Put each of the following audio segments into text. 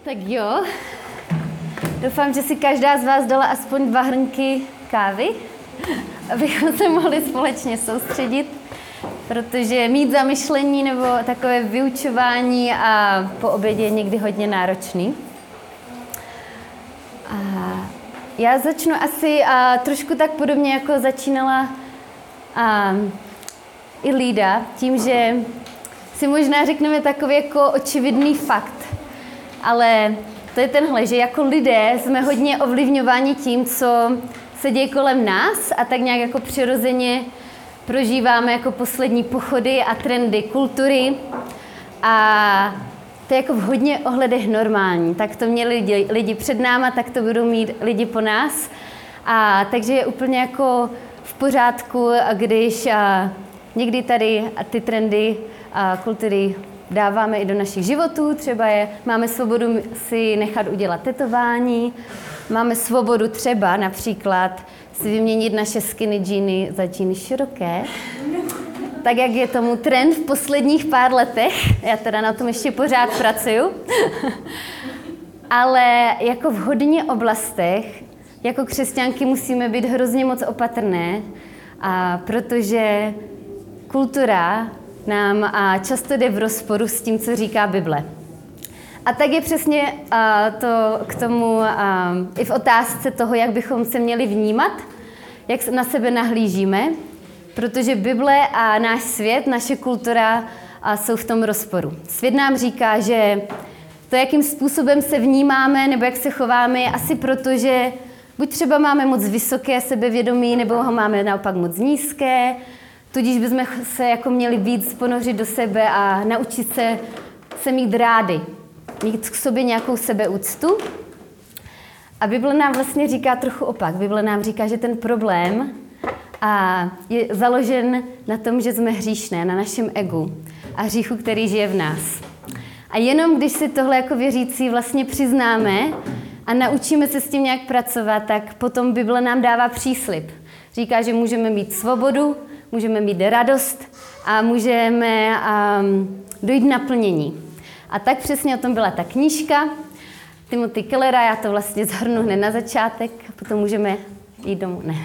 Tak jo, doufám, že si každá z vás dala aspoň 2 hrnky kávy, abychom se mohli společně soustředit, protože mít zamyšlení nebo takové vyučování a po obědě je někdy hodně náročný. A já začnu asi trošku tak podobně, jako začínala i Lída, tím, že si možná řekneme takový jako očividný fakt. Ale to je tenhle, že jako lidé jsme hodně ovlivňováni tím, co se děje kolem nás a tak nějak jako přirozeně prožíváme jako poslední pochody a trendy kultury. A to je jako v hodně ohledech normální. Tak to měli lidi před náma, tak to budou mít lidi po nás. A takže je úplně jako v pořádku, když někdy tady ty trendy a kultury dáváme i do našich životů, třeba máme svobodu si nechat udělat tetování, máme svobodu třeba například si vyměnit naše skinny džíny za džíny široké, tak jak je tomu trend v posledních pár letech, já teda na tom ještě pořád pracuju, ale jako v hodně oblastech, jako křesťanky musíme být hrozně moc opatrné, protože kultura nám často jde v rozporu s tím, co říká Bible. A tak je přesně to k tomu i v otázce toho, jak bychom se měli vnímat, jak na sebe nahlížíme, protože Bible a náš svět, naše kultura jsou v tom rozporu. Svět nám říká, že to, jakým způsobem se vnímáme nebo jak se chováme, je asi proto, že buď třeba máme moc vysoké sebevědomí, nebo ho máme naopak moc nízké, tudíž bychom se jako měli víc ponořit do sebe a naučit se mít rádi, mít k sobě nějakou sebeúctu. A Bible nám vlastně říká trochu opak. Bible nám říká, že ten problém je založen na tom, že jsme hříšné, na našem egu a hříchu, který žije v nás. A jenom když si tohle jako věřící vlastně přiznáme a naučíme se s tím nějak pracovat, tak potom Bible nám dává příslib. Říká, že můžeme mít svobodu, můžeme mít radost a můžeme dojít naplnění. A tak přesně o tom byla ta knížka Timothy Kellera, já to vlastně shrnu hned na začátek, a potom můžeme jít domů. Ne.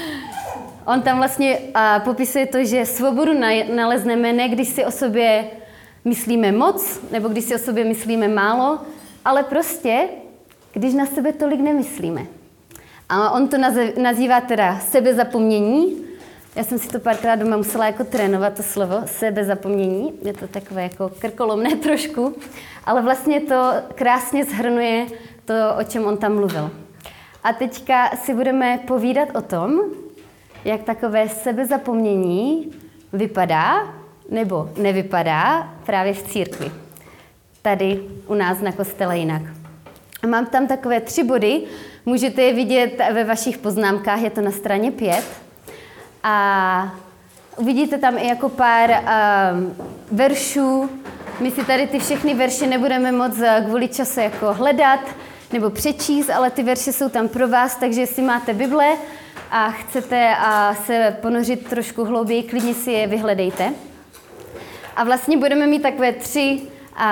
On tam vlastně popisuje to, že svobodu nalezneme ne, když si o sobě myslíme moc, nebo když si o sobě myslíme málo, ale prostě, když na sebe tolik nemyslíme. A on to nazývá teda sebezapomnění. Já jsem si to párkrát doma musela jako trénovat, to slovo sebezapomnění. Je to takové jako krkolomné trošku, ale vlastně to krásně shrnuje to, o čem on tam mluvil. A teďka si budeme povídat o tom, jak takové sebezapomnění vypadá nebo nevypadá právě v církvi. Tady u nás na kostele jinak. A mám tam takové 3 body, můžete je vidět ve vašich poznámkách, je to na straně 5. A uvidíte tam i jako pár veršů. My si tady ty všechny verše nebudeme moc kvůli času jako hledat nebo přečíst, ale ty verše jsou tam pro vás, takže jestli máte Bible a chcete se ponořit trošku hlouběji, klidně si je vyhledejte. A vlastně budeme mít takové 3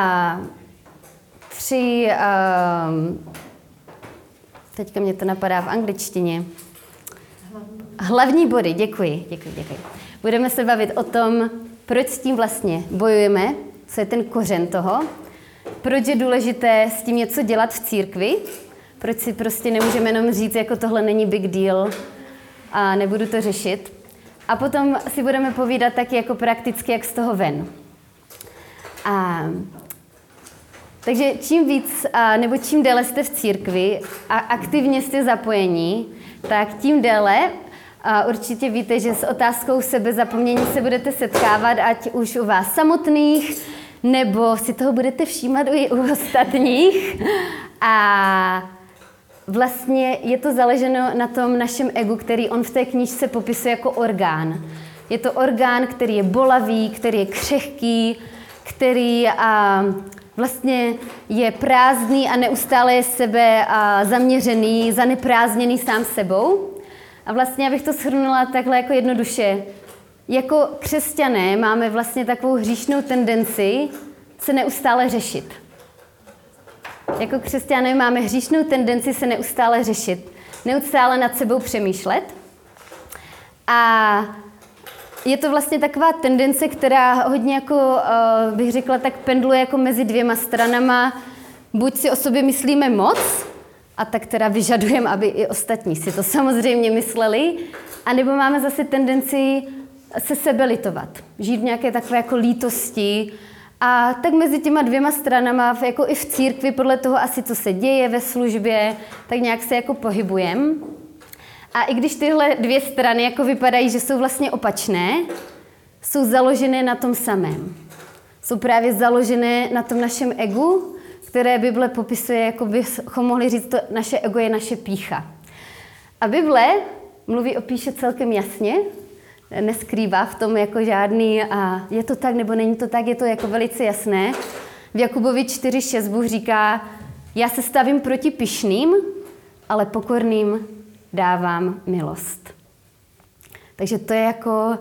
teďka mě to napadá v angličtině. Hlavní body, děkuji. Budeme se bavit o tom, proč s tím vlastně bojujeme, co je ten kořen toho, proč je důležité s tím něco dělat v církvi, proč si prostě nemůžeme jenom říct, jako tohle není big deal a nebudu to řešit. A potom si budeme povídat taky jako prakticky, jak z toho ven. Takže čím víc, nebo čím déle jste v církvi a aktivně jste zapojení, tak tím déle určitě víte, že s otázkou sebezapomnění se budete setkávat, ať už u vás samotných, nebo si toho budete všímat i u ostatních. A vlastně je to založeno na tom našem egu, který on v té knížce popisuje jako orgán. Je to orgán, který je bolavý, který je křehký, který vlastně je prázdný a neustále je sebe zaměřený, zaneprázdněný sám sebou. A vlastně, abych to shrnula takhle jako jednoduše, jako křesťané máme vlastně takovou hříšnou tendenci se neustále řešit. jako křesťané máme hříšnou tendenci se neustále řešit, neustále nad sebou přemýšlet. A je to vlastně taková tendence, která hodně jako, bych řekla, tak pendluje jako mezi dvěma stranama. Buď si o sobě myslíme moc, a tak teda vyžadujeme, aby i ostatní si to samozřejmě mysleli, anebo máme zase tendenci se sebelitovat, žít v nějaké takové jako lítosti. A tak mezi těma dvěma stranama, jako i v církvi, podle toho asi, co se děje ve službě, tak nějak se jako pohybujeme. A i když tyhle dvě strany jako vypadají, že jsou vlastně opačné, jsou založené na tom samém. Jsou právě založené na tom našem egu, které Bible popisuje, jako bychom mohli říct, to naše ego je naše pýcha. A Bible mluví o pýše celkem jasně, neskrývá v tom jako žádný a je to tak nebo není to tak, je to jako velice jasné. V Jakubovi 4.6 Bůh říká, já se stavím proti pyšným, ale pokorným dávám milost. Takže to je jako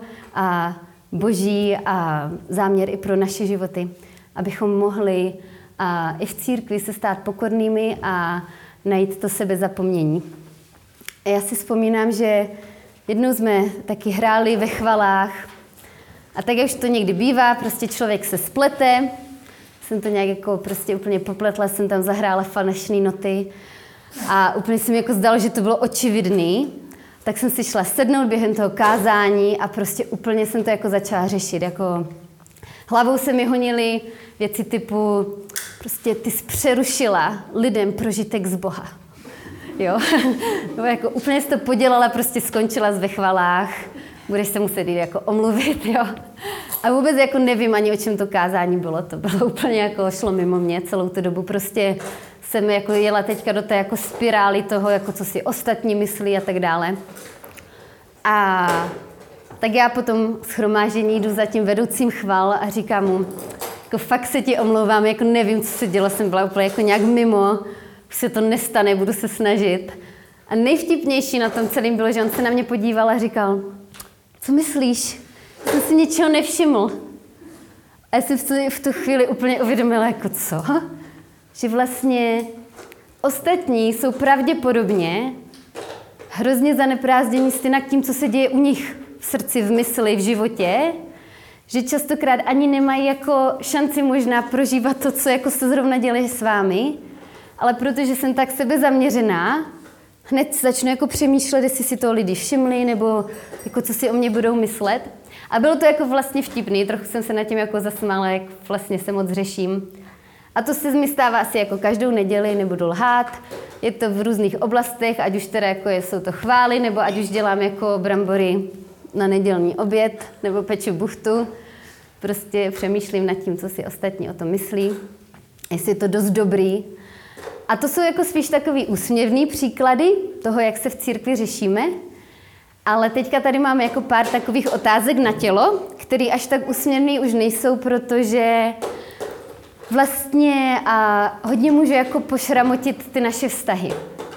boží záměr i pro naše životy, abychom mohli i v církvi se stát pokornými a najít to sebezapomnění. A já si vzpomínám, že jednou jsme taky hráli ve chvalách a tak, jak už to někdy bývá, prostě člověk se splete, jsem to nějak jako prostě úplně popletla, jsem tam zahrála falešné noty a úplně se mi jako zdalo, že to bylo očividný, tak jsem si šla sednout během toho kázání a prostě úplně jsem to jako začala řešit, jako hlavou se mi honily věci typu, prostě ty jsi přerušila lidem prožitek z Boha. Jo? Nebo jako úplně jsi to podělala, prostě skončila ve chvalách, budeš se muset jít jako omluvit, jo. A vůbec jako nevím ani, o čem to kázání bylo. To bylo úplně jako, šlo mimo mě celou tu dobu. Prostě jsem jako jela teďka do té jako spirály toho, jako co si ostatní myslí a tak dále. A tak já po tom shromáždění jdu za tím vedoucím chval a říkám mu, jako fakt se ti omlouvám, jako nevím, co se dělo, jsem byla úplně jako nějak mimo, už se to nestane, budu se snažit. A nejvtipnější na tom celém bylo, že on se na mě podíval a říkal, co myslíš? Jsem si ničeho nevšiml. A já jsem v tu chvíli úplně uvědomila, jako co? Že vlastně ostatní jsou pravděpodobně hrozně zaneprázdnění stejně tím, co se děje u nich v srdci, v mysli, v životě, že častokrát ani nemají jako šanci možná prožívat to, co jako se zrovna děje s vámi, ale protože jsem tak sebezaměřená, hned začnu jako přemýšlet, jestli si to lidi všimli, nebo jako co si o mě budou myslet. A bylo to jako vlastně vtipný, trochu jsem se nad tím jako zasmála, jak vlastně se moc řeším. A to se mi stává asi jako každou neděli, nebudu lhát. Je to v různých oblastech, ať už teda jako jsou to chvály, nebo ať už dělám jako brambory na nedělní oběd, nebo peču buchtu. Prostě přemýšlím nad tím, co si ostatní o tom myslí, jestli je to dost dobrý. A to jsou jako spíš takový úsměvný příklady toho, jak se v církvi řešíme. Ale teďka tady máme jako pár takových otázek na tělo, které až tak úsměvný už nejsou, protože vlastně hodně může jako pošramotit ty naše vztahy.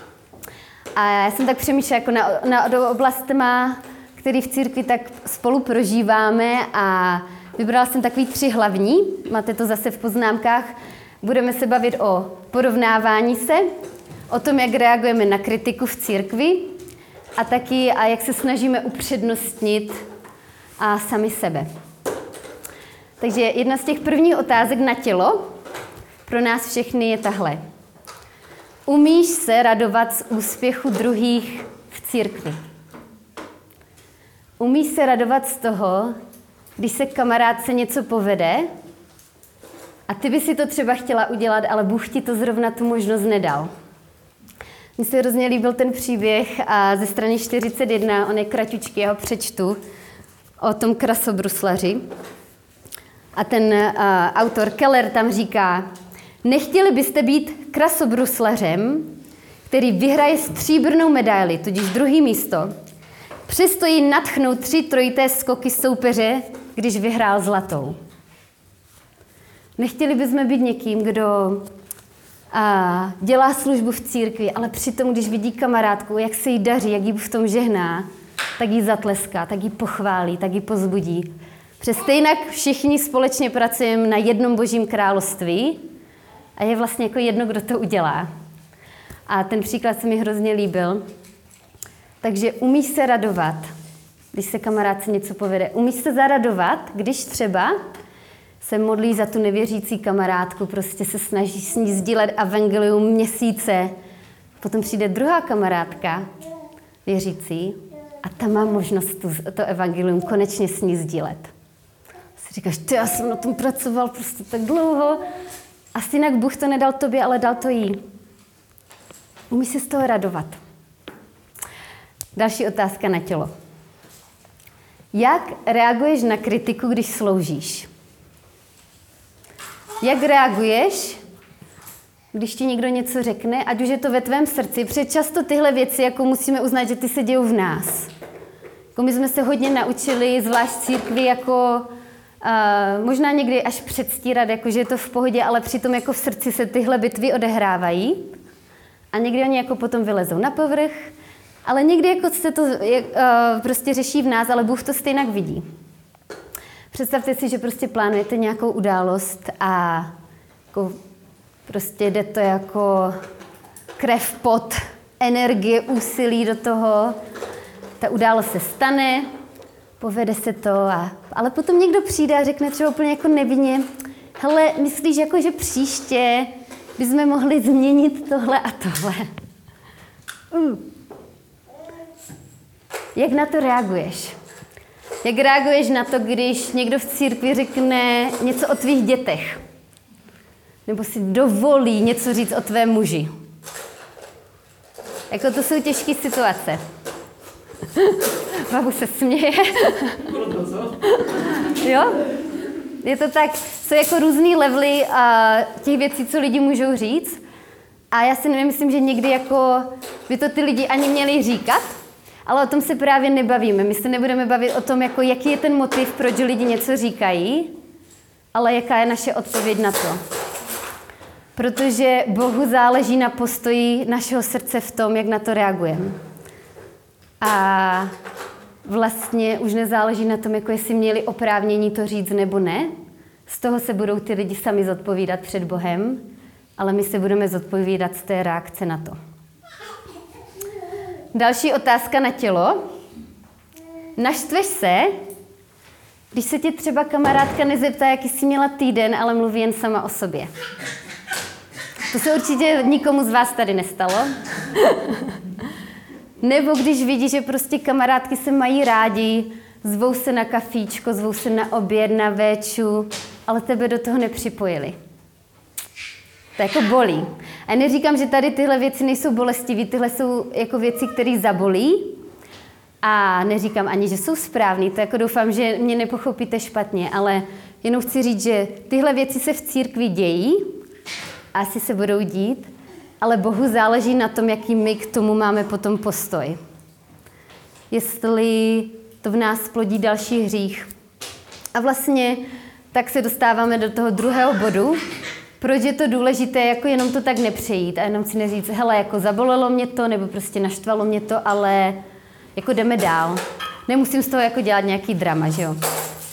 A já jsem tak přemýšlela jako nad oblastma, které v církvi tak spolu prožíváme a vybrala jsem takový 3 hlavní, máte to zase v poznámkách. Budeme se bavit o porovnávání se, o tom, jak reagujeme na kritiku v církvi a taky, jak se snažíme upřednostnit sami sebe. Takže jedna z těch prvních otázek na tělo pro nás všechny je tahle. Umíš se radovat z úspěchu druhých v církvi? Umíš se radovat z toho, když se kamarádce něco povede a ty by si to třeba chtěla udělat, ale Bůh ti to zrovna tu možnost nedal? Mně se hrozně líbil ten příběh ze strany 41, on je kratučký, já ho přečtu, o tom krasobruslaři. A ten autor Keller tam říká, nechtěli byste být krasobruslařem, který vyhraje stříbrnou medaili, tudíž 2. místo, přesto jí nadchnou 3 trojité skoky soupeře, když vyhrál zlatou. Nechtěli bychom být někým, kdo dělá službu v církvi, ale přitom, když vidí kamarádku, jak se jí daří, jak jí v tom žehná, tak jí zatleská, tak jí pochválí, tak jí pozbudí. Protože stejnak všichni společně pracujeme na jednom božím království A je vlastně jako jedno, kdo to udělá. A ten příklad se mi hrozně líbil. Takže umíš se radovat, když se kamarádce něco povede. Umíš se zaradovat, když třeba se modlí za tu nevěřící kamarádku, prostě se snaží s ní sdílet evangelium měsíce. Potom přijde druhá kamarádka, věřící, a ta má možnost to evangelium konečně s ní sdílet. Si říkáš, já jsem na tom pracoval prostě tak dlouho. Asi jinak Bůh to nedal tobě, ale dal to jí. Umíš se z toho radovat. Další otázka na tělo. Jak reaguješ na kritiku, když sloužíš? Jak reaguješ, když ti někdo něco řekne, ať už je to ve tvém srdci? Protože často tyhle věci jako musíme uznat, že ty se dějou v nás. Jako my jsme se hodně naučili, zvlášť v církvi, jako možná někdy až předstírat, jako, že je to v pohodě, ale přitom jako v srdci se tyhle bitvy odehrávají. A někdy oni jako potom vylezou na povrch, ale někdy jako se to prostě řeší v nás, ale Bůh to stejně vidí. Představte si, že prostě plánujete nějakou událost a jako prostě jde to jako krev, pot, energie, úsilí do toho. Ta událost se stane, povede se to, ale potom někdo přijde a řekne třeba úplně jako nevinně, hele, myslíš jako, že příště bychom mohli změnit tohle a tohle? Jak na to reaguješ? Jak reaguješ na to, když někdo v církvi řekne něco o tvých dětech? Nebo si dovolí něco říct o tvém muži? Jako to jsou těžké situace. Babu se směje. Jo? Je to tak, jsou jako různý levely těch věcí, co lidi můžou říct. A já si nemyslím, že někdy jako by to ty lidi ani měli říkat, ale o tom se právě nebavíme. My se nebudeme bavit o tom, jako jaký je ten motiv, proč lidi něco říkají, ale jaká je naše odpověď na to. Protože Bohu záleží na postoji našeho srdce v tom, jak na to reagujeme. A vlastně už nezáleží na tom, jako jestli měli oprávnění to říct nebo ne. Z toho se budou ty lidi sami zodpovídat před Bohem, ale my se budeme zodpovídat z té reakce na to. Další otázka na tělo. Naštveš se, když se tě třeba kamarádka nezeptá, jaký jsi měla týden, ale mluví jen sama o sobě? To se určitě nikomu z vás tady nestalo. Nebo když vidí, že prostě kamarádky se mají rádi, zvou se na kafíčko, zvou se na oběd, na véču, ale tebe do toho nepřipojili. To jako bolí. A neříkám, že tady tyhle věci nejsou bolestivé, tyhle jsou jako věci, které zabolí. A neříkám ani, že jsou správný, to jako doufám, že mě nepochopíte špatně, ale jenom chci říct, že tyhle věci se v církvi dějí, asi se budou dít, ale Bohu záleží na tom, jaký my k tomu máme potom postoj. Jestli to v nás plodí další hřích. A vlastně tak se dostáváme do toho druhého bodu, proč je to důležité, jako jenom to tak nepřejít a jenom si neříct, hele, jako zabolelo mě to, nebo prostě naštvalo mě to, ale jako jdeme dál. Nemusím z toho jako dělat nějaký drama, že jo.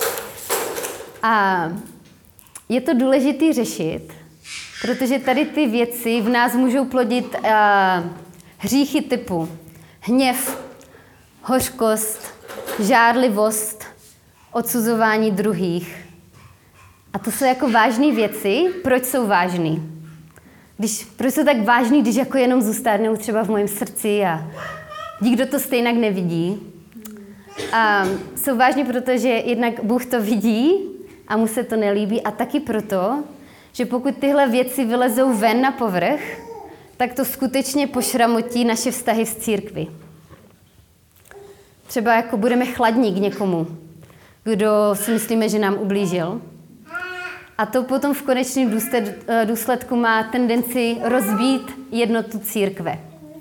A je to důležité řešit, protože tady ty věci v nás můžou plodit hříchy typu hněv, hořkost, žárlivost, odsuzování druhých. A to jsou jako vážné věci. Proč jsou vážné? Proč jsou tak vážný, když jako jenom zůstanou třeba v mém srdci a nikdo to stejně nevidí? A jsou vážné, protože jednak Bůh to vidí a mu se to nelíbí a taky proto, že pokud tyhle věci vylezou ven na povrch, tak to skutečně pošramotí naše vztahy v církvi. Třeba jako budeme chladní k někomu, kdo si myslíme, že nám ublížil. A to potom v konečném důsledku má tendenci rozbít jednotu církve.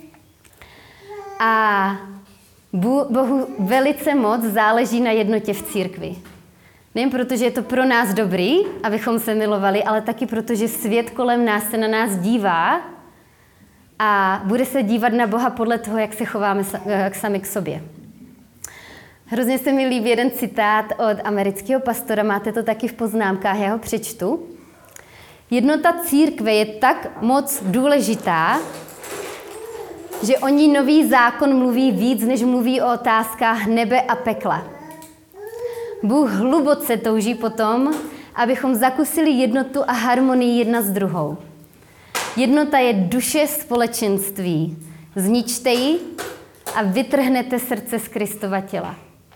A Bohu velice moc záleží na jednotě v církvi. Nejen proto, že je to pro nás dobrý, abychom se milovali, ale taky proto, že svět kolem nás se na nás dívá a bude se dívat na Boha podle toho, jak se chováme sami k sobě. Hrozně se mi líbí jeden citát od amerického pastora, máte to taky v poznámkách, já ho přečtu. Jednota církve je tak moc důležitá, že o ní Nový zákon mluví víc, než mluví o otázkách nebe a pekla. Bůh hluboce touží potom, abychom zakusili jednotu a harmonii jedna s druhou. Jednota je duše společenství. Zničte ji a vytrhnete srdce z Kristova těla.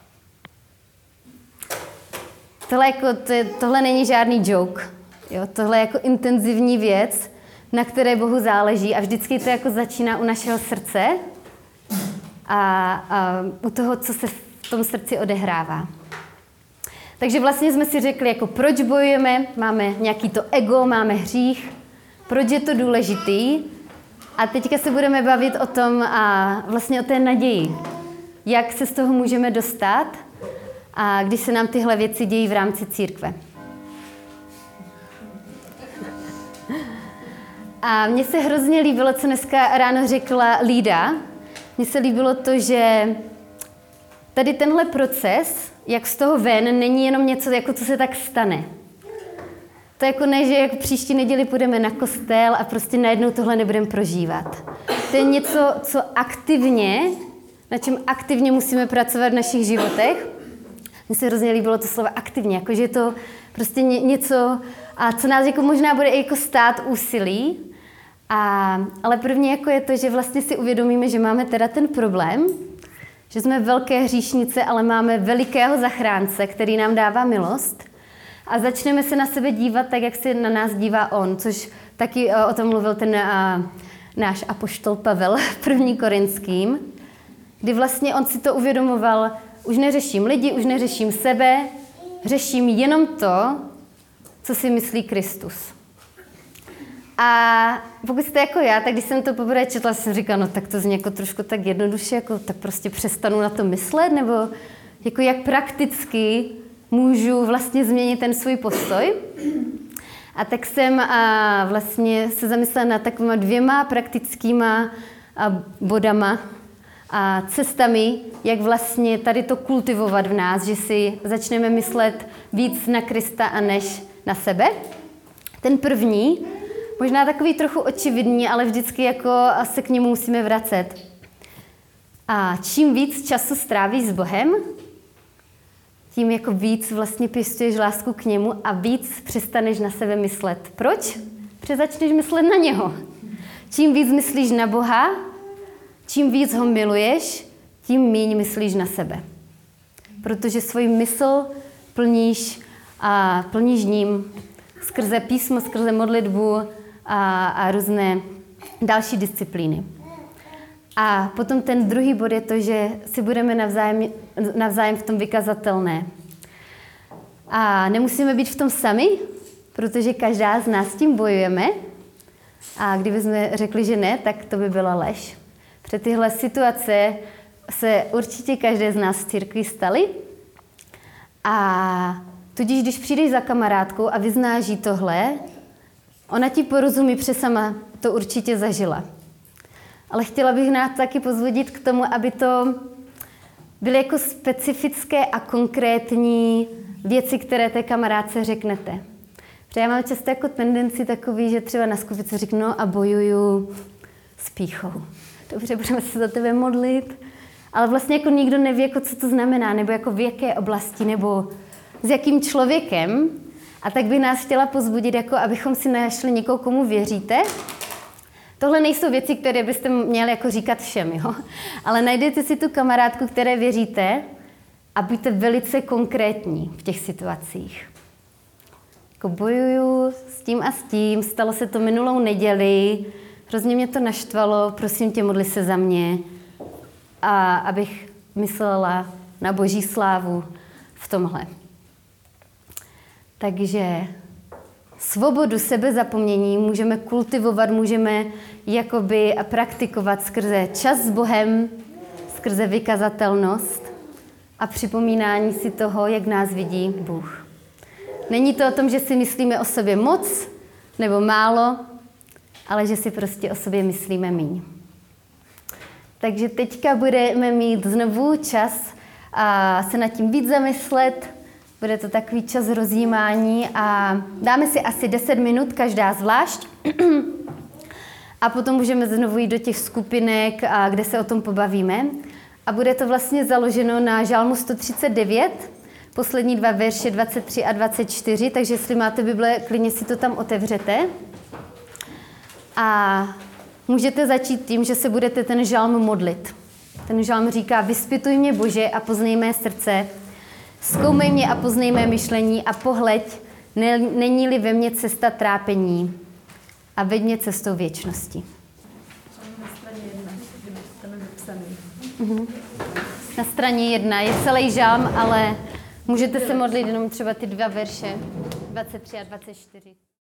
Tohle není žádný joke. Jo? Tohle je jako intenzivní věc, na které Bohu záleží a vždycky to jako začíná u našeho srdce a u toho, co se v tom srdci odehrává. Takže vlastně jsme si řekli, jako proč bojujeme, máme nějaký to ego, máme hřích, proč je to důležitý a teďka se budeme bavit o tom a vlastně o té naději, jak se z toho můžeme dostat a když se nám tyhle věci dějí v rámci církve. A mně se hrozně líbilo, co dneska ráno řekla Lída. Mně se líbilo to, že tady tenhle proces, jak z toho ven, není jenom něco, jako co se tak stane. To jako ne, že jako příští neděli půjdeme na kostel a prostě najednou tohle nebudeme prožívat. To je něco, co aktivně, na čem aktivně musíme pracovat v našich životech. Mně se hrozně líbilo to slovo aktivně, jakože je to prostě něco, a co nás jako možná bude jako stát úsilí. Ale první jako je to, že vlastně si uvědomíme, že máme teda ten problém, že jsme velké hříšnice, ale máme velikého zachránce, který nám dává milost. A začneme se na sebe dívat tak, jak se na nás dívá on, což taky o tom mluvil ten náš apoštol Pavel v 1. Korinským, kdy vlastně on si to uvědomoval, už neřeším lidi, už neřeším sebe, řeším jenom to, co si myslí Kristus. A pokud jste jako já, tak když jsem to poprvé četla, jsem říkala, no tak to zní jako trošku tak jednoduše, jako tak prostě přestanu na to myslet, nebo jako jak prakticky můžu vlastně změnit ten svůj postoj. A tak jsem vlastně se zamyslela nad takovýma 2 praktickýma bodama a cestami, jak vlastně tady to kultivovat v nás, že si začneme myslet víc na Krista a než na sebe. Ten první, možná takový trochu očividný, ale vždycky jako se k němu musíme vracet. A čím víc času strávíš s Bohem, tím jako víc vlastně pěstuješ lásku k němu a víc přestaneš na sebe myslet. Proč? Protože začneš myslet na něho. Čím víc myslíš na Boha, čím víc ho miluješ, tím míň myslíš na sebe. Protože svůj mysl plníš ním skrze písmo, skrze modlitbu a různé další disciplíny. A potom ten druhý bod je to, že si budeme navzájem v tom vykazatelné. A nemusíme být v tom sami, protože každá z nás s tím bojujeme. A kdybychom řekli, že ne, tak to by byla lež. Protože tyhle situace se určitě každé z nás v církvi staly. A tudíž, když přijdeš za kamarádkou a vyznáš jí tohle, ona ti porozumí, protože sama to určitě zažila. Ale chtěla bych nás taky pozvodit k tomu, aby to byly jako specifické a konkrétní věci, které té kamarádce řeknete. Protože já mám často jako tendenci takový, že třeba na skupici řeknu, no a bojuju s pýchou. Dobře, budeme se za tebe modlit, ale vlastně jako nikdo neví, jako co to znamená, nebo jako v jaké oblasti, nebo s jakým člověkem. A tak bych nás chtěla pozbudit, jako abychom si našli někoho, komu věříte. Tohle nejsou věci, které byste měli jako říkat všem, jo? Ale najdete si tu kamarádku, které věříte a buďte velice konkrétní v těch situacích. Jako bojuju s tím, stalo se to minulou neděli, hrozně mě to naštvalo, prosím tě, modli se za mě, a abych myslela na Boží slávu v tomhle. Takže svobodu sebezapomnění můžeme kultivovat, můžeme jakoby praktikovat skrze čas s Bohem, skrze vykazatelnost a připomínání si toho, jak nás vidí Bůh. Není to o tom, že si myslíme o sobě moc nebo málo, ale že si prostě o sobě myslíme míň. Takže teďka budeme mít znovu čas a se nad tím víc zamyslet Bude to takový čas rozjímání a dáme si asi 10 minut, každá zvlášť. A potom můžeme znovu jít do těch skupinek, kde se o tom pobavíme. A bude to vlastně založeno na Žalmu 139, poslední 2 verše 23 a 24, takže jestli máte Bible, klidně si to tam otevřete. A můžete začít tím, že se budete ten žalm modlit. Ten žalm říká, vyspytuj mě Bože a poznej mé srdce, zkoumej mě a poznej mé myšlení a pohleď, není-li ve mně cesta trápení a veď mě cestou věčnosti. Na straně 1, kdyby tam je vypsaný. Na straně 1 je celý žalm, ale můžete se modlit jenom třeba ty 2 verše, 23 a 24.